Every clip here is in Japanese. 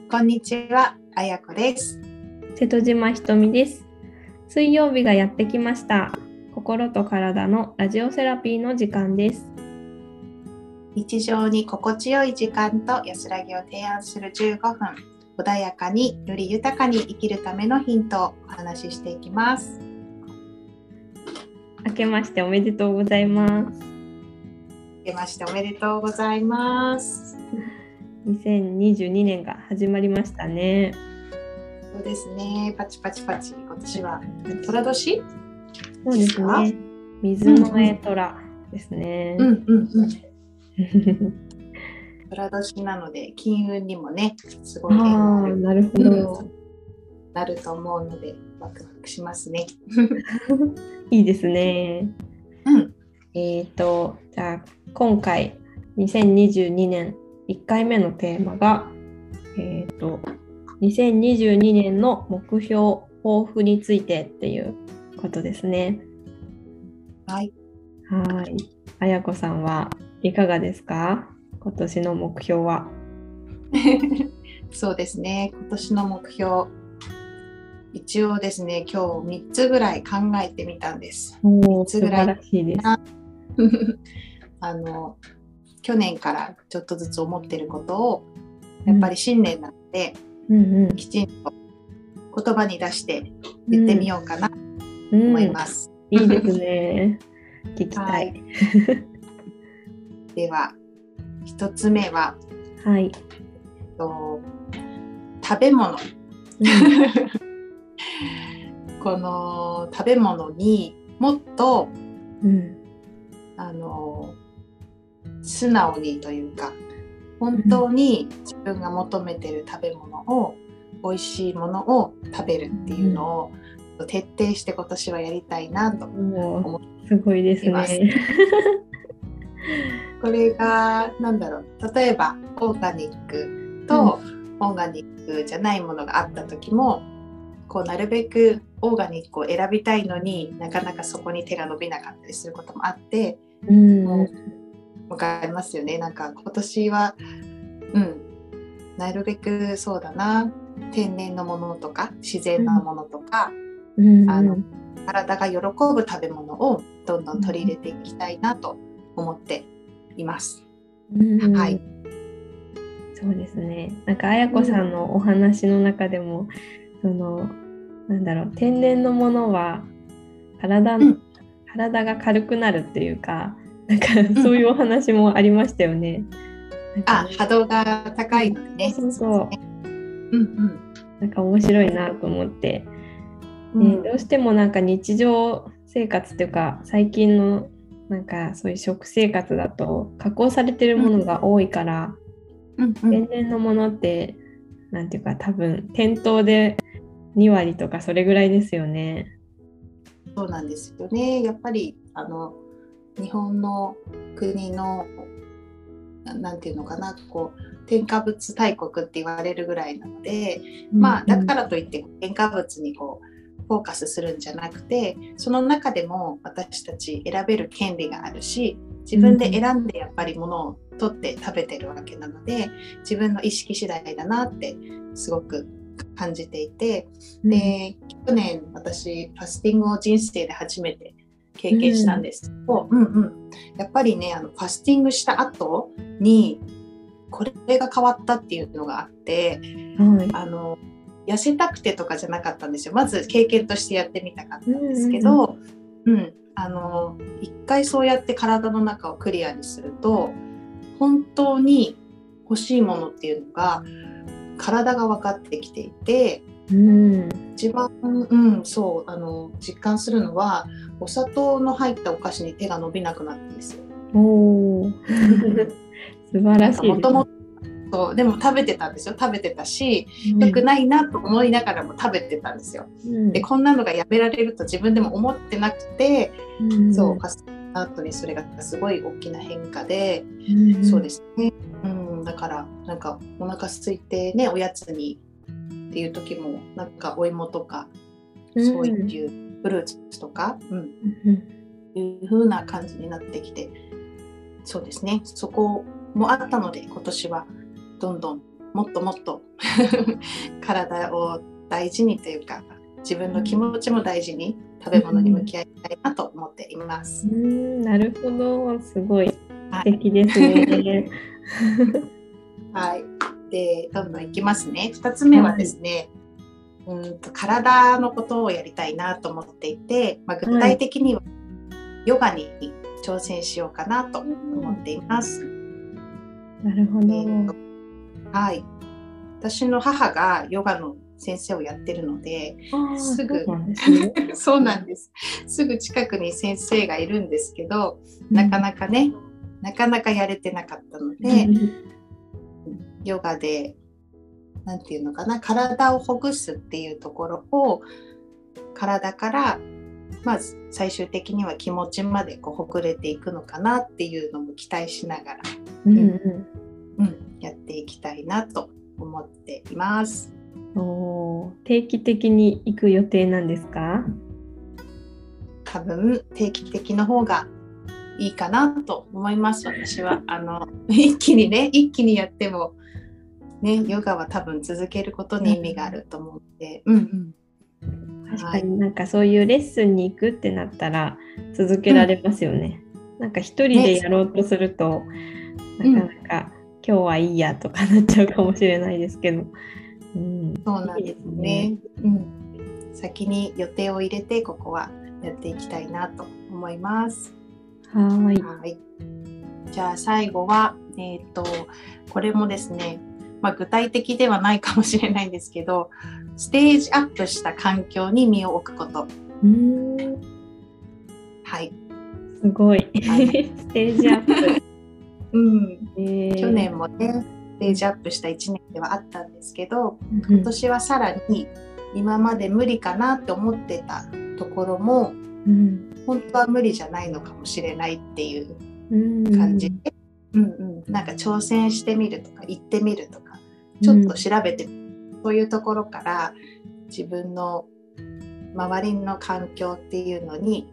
こんにちは、あやこです。 瀬戸島ひとみです。水曜日がやってきました。心と体のラジオセラピーの時間です。 日常に心地よい時間と安らぎを提案する15分、穏やかにより豊かに生きるためのヒントをお話ししていきます。 明けましておめでとうございます。 明けましておめでとうございます。 2022年が始まりましたね。 そうですね、パチパチパチ。今年は寅年？ そうですね。水の絵寅ですね。 寅年なので金運にもね、すごい縁がある。 なるほど。 なると思うのでワクワクしますね。 いいですね。じゃあ今回2022年1回目のテーマが2022年の目標抱負についてっていうことですね。 はい。 あやこさんはいかがですか？今年の目標は。 そうですね、今年の目標、一応ですね、今日3つぐらい考えてみたんです。3つぐらい。 素晴らしいです。 去年からちょっとずつ思ってることをやっぱり新年なので、きちんと言葉に出して言ってみようかなと思います。 いいですね。聞きたい。 では1つ目は、食べ物。この食べ物にもっと、素直にというか、本当に自分が求めている食べ物を、美味しいものを食べるっていうのを徹底して今年はやりたいなと思っています。 すごいですね。 これが例えばオーガニックとオーガニックじゃないものがあった時も、なるべくオーガニックを選びたいのになかなかそこに手が伸びなかったりすることもあって、もうわかりますよね。今年は、なるべくそうだな、天然のものとか自然なものとか、体が喜ぶ食べ物をどんどん取り入れていきたいなと思っています。はい。 そうですね。あやこさんのお話の中でも、天然のものは体が軽くなるっていうか、そういうお話もありましたよね。 波動が高いのでね。 そう。面白いなと思って、どうしても日常生活っていうか、最近のそういう食生活だと加工されてるものが多いから、天然のものってなんていうか、多分店頭で2割とかそれぐらいですよね。 そうなんですよね。やっぱり日本の国のなんていうのかな、添加物大国って言われるぐらいなので、だからといって添加物にフォーカスするんじゃなくて、その中でも私たち選べる権利があるし、自分で選んでやっぱりものを取って食べてるわけなので、自分の意識次第だなってすごく感じていて、で、去年私ファスティングを人生で初めて経験したんですけど、やっぱりね、ファスティングした後にこれが変わったっていうのがあって、痩せたくてとかじゃなかったんですよ。まず経験としてやってみたかったんですけど、一回そうやって体の中をクリアにすると、本当に欲しいものっていうのが体が分かってきていて、一番、実感するのは、お砂糖の入ったお菓子に手が伸びなくなったんですよ。 素晴らしい。 もともとでも食べてたんですよ。食べてたし、良くないなと思いながらも食べてたんですよ。で、こんなのがやめられると自分でも思ってなくて、ファスティング後にそれがすごい大きな変化で、そうですね。だからお腹空いてね、おやつにっていう時もお芋とか、そういうフルーツとか、いう風な感じになってきて、そうですね。そこもあったので、今年はどんどんもっともっと体を大事にというか、自分の気持ちも大事に食べ物に向き合いたいなと思っています。 なるほど、すごい素敵ですね。 はい、でどんどんいきますね。2つ目はですね、体のことをやりたいなと思っていて、具体的にはヨガに挑戦しようかなと思っています。 なるほど。 はい、私の母がヨガの先生をやってるので、すぐそうなんです。すぐ近くに先生がいるんですけど、なかなかやれてなかったので、ヨガでなんていうのかな、体をほぐすっていうところを体からまず最終的には気持ちまでほぐれていくのかなっていうのも期待しながら、やっていきたいなと思っています。 定期的に行く予定なんですか？ 多分定期的の方がいいかなと思います。私は一気にやってもね、ヨガは多分続けることに意味があると思うので、 確かになんかそういうレッスンに行くってなったら続けられますよね。なんか一人でやろうとすると、なかなか今日はいいやとかなっちゃうかもしれないですけど、 そうなんですね。先に予定を入れてここはやっていきたいなと思います。はい。じゃあ最後はこれもですね、具体的ではないかもしれないんですけど、ステージアップした環境に身を置くこと。はい。 すごい。ステージアップ。 去年もね、ステージアップした1年ではあったんですけど、今年はさらに今まで無理かなって思ってたところも、本当は無理じゃないのかもしれないっていう感じで、なんか挑戦してみるとか行ってみるとかちょっと調べてみる、そういうところから自分の周りの環境っていうのに、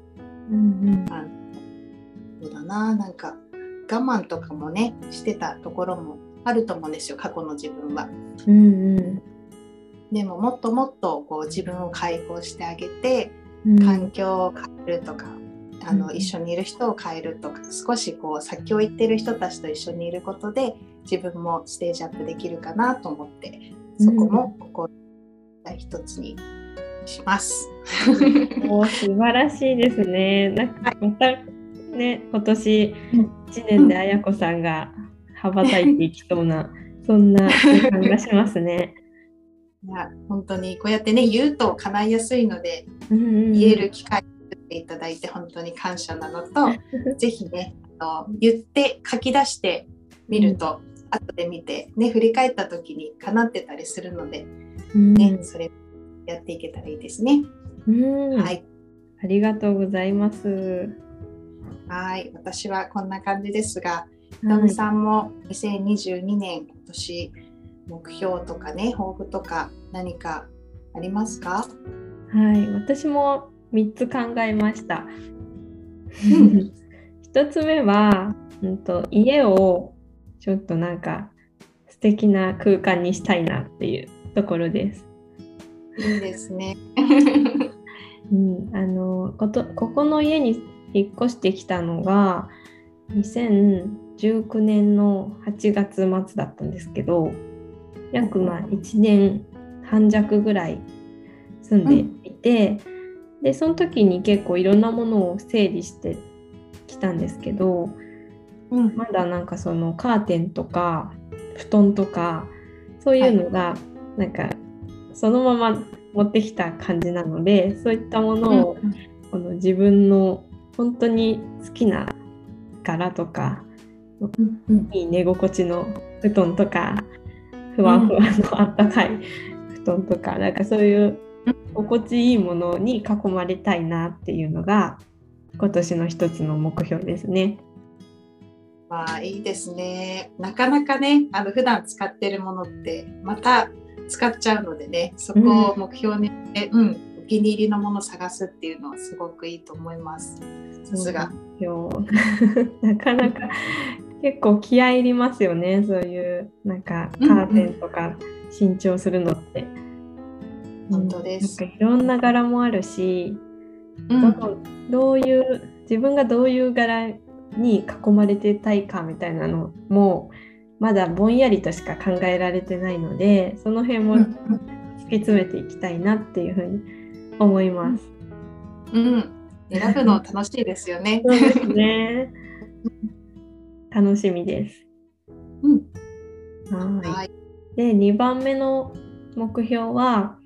そうだな、なんか我慢とかもねしてたところもあると思うんですよ、過去の自分は。でももっともっと自分を解放してあげて、環境を変えるとか、一緒にいる人を変えるとか、少し先を行ってる人たちと一緒にいることで自分もステージアップできるかなと思って、そこも一つにします。 素晴らしいですね。なんかまたね、今年1年で綾子さんが羽ばたいていきそうな、そんな予感がしますね。 いや本当にこうやってね言うと叶いやすいので、言える機会を作っていただいて本当に感謝なのとぜひね言って書き出してみると、後で見てね振り返った時に叶ってたりするので、それやっていけたらいいですね。はい、 ありがとうございます。 はい、私はこんな感じですが、ひとみさんも2022年今年目標とかね、抱負とか何かありますか？ はい、私も3つ考えました。1つ目は、家をちょっとなんか素敵な空間にしたいなっていうところです。 いいですね。 ここの家に引っ越してきたのが2019年の8月末だったんですけど、約1年半弱ぐらい住んでいて、でその時に結構いろんなものを整理してきたんですけど、まだなんかそのカーテンとか布団とかそういうのがなんかそのまま持ってきた感じなので、そういったものをこの自分の本当に好きな柄とか、いい寝心地の布団とか、ふわふわのあったかい布団とか、なんかそういう心地いいものに囲まれたいなっていうのが今年の一つの目標ですね。 いいですね。なかなかね、普段使ってるものってまた使っちゃうのでね、そこを目標にして、お気に入りのものを探すっていうのはすごくいいと思います。さすが。 なかなか結構気合い入りますよね、そういうなんかカーテンとか新調するのって。 本当です。 なんかいろんな柄もあるし、 うん、 どういう自分がどういう柄に囲まれてたいかみたいなのもまだぼんやりとしか考えられてないので、その辺も突き詰めていきたいなっていうふうに思います。 うん、選ぶの楽しいですよね。 そうですね。楽しみです。 うん、 はい。 はい。 で、2番目の目標は、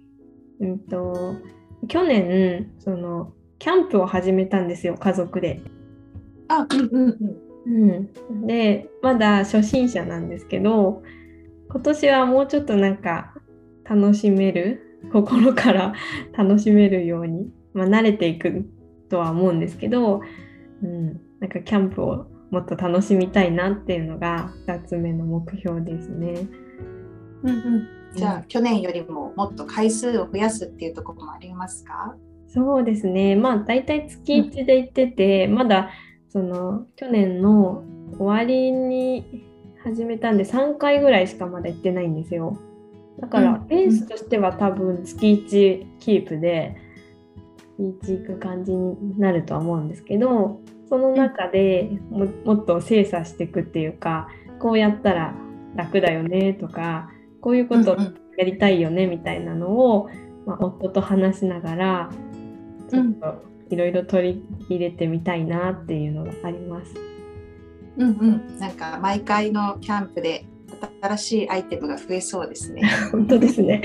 去年キャンプを始めたんですよ、家族で。 あ、うんうんで、まだ初心者なんですけど、今年はもうちょっとなんか楽しめる、心から楽しめるように、慣れていくとは思うんですけど、なんかキャンプをもっと楽しみたいなっていうのが2つ目の目標ですね。 じゃあ、去年よりももっと回数を増やすっていうところもありますか？ そうですね。だいたい月1で行ってて、まだ去年の終わりに始めたんで3回ぐらいしかまだ行ってないんですよ。だからペースとしては多分月1キープで月1行く感じになるとは思うんですけど、その中でもっと精査していくっていうか、こうやったら楽だよねとか、こういうことやりたいよねみたいなのを、夫と話しながらちょっといろいろ取り入れてみたいなっていうのがあります。 なんか毎回のキャンプで新しいアイテムが増えそうですね。 本当ですね。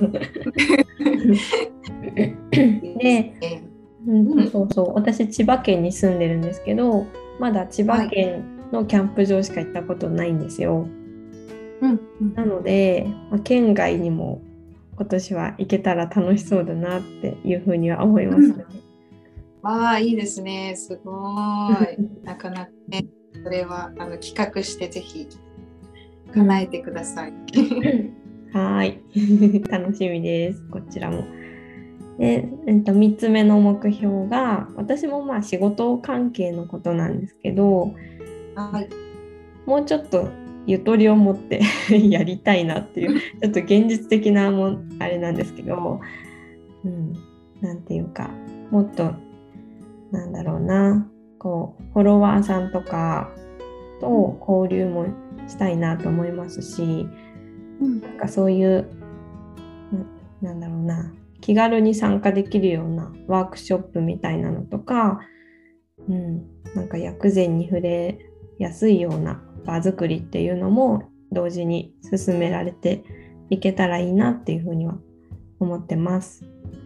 で、そうそう、私千葉県に住んでるんですけど、まだ千葉県のキャンプ場しか行ったことないんですよ。なので、県外にも今年は行けたら楽しそうだなっていうふうには思いますね。 わあ、いいですね。すごい。なかなかね、それは企画してぜひ叶えてください。 はい。楽しみです。こちらも。で、3つ目の目標が、私も仕事関係のことなんですけど、もうちょっとゆとりを持ってやりたいなっていう、ちょっと現実的なあれなんですけど、なんていうか、もっと、なんだろうな、こう、フォロワーさんとかと交流もしたいなと思いますし、なんかそういう、なんだろうな、気軽に参加できるようなワークショップみたいなのとか、なんか薬膳に触れやすいような場作りっていうのも同時に進められていけたらいいなっていうふうには思ってます。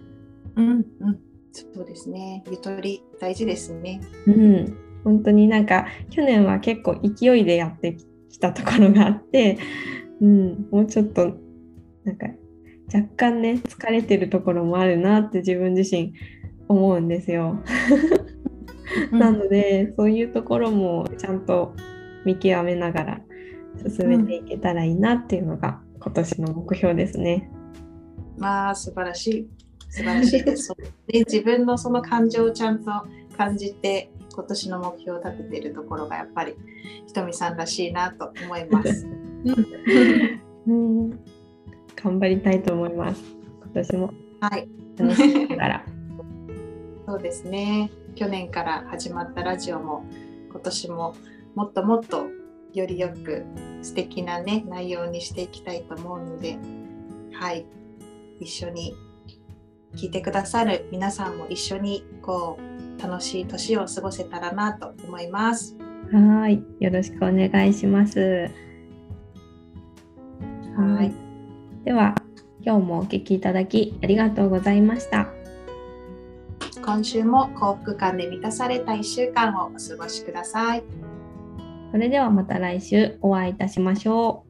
そうですね。ゆとり大事ですね。 本当になんか去年は結構勢いでやってきたところがあって、もうちょっとなんか若干ね疲れてるところもあるなって自分自身思うんですよ。なのでそういうところもちゃんと見極めながら進めていけたらいいなっていうのが今年の目標ですね。 素晴らしい。素晴らしいです。で、自分のその感情をちゃんと感じて今年の目標を立てているところがやっぱりひとみさんらしいなと思います。 頑張りたいと思います。今年も楽しみながら。 そうですね。去年から始まったラジオも今年ももっともっとよりよく素敵なね内容にしていきたいと思うので、一緒に聞いてくださる皆さんも一緒に楽しい年を過ごせたらなと思います。 よろしくお願いします。では今日もお聞きいただきありがとうございました。 今週も幸福感で満たされた1週間をお過ごしください。 それではまた来週お会いいたしましょう。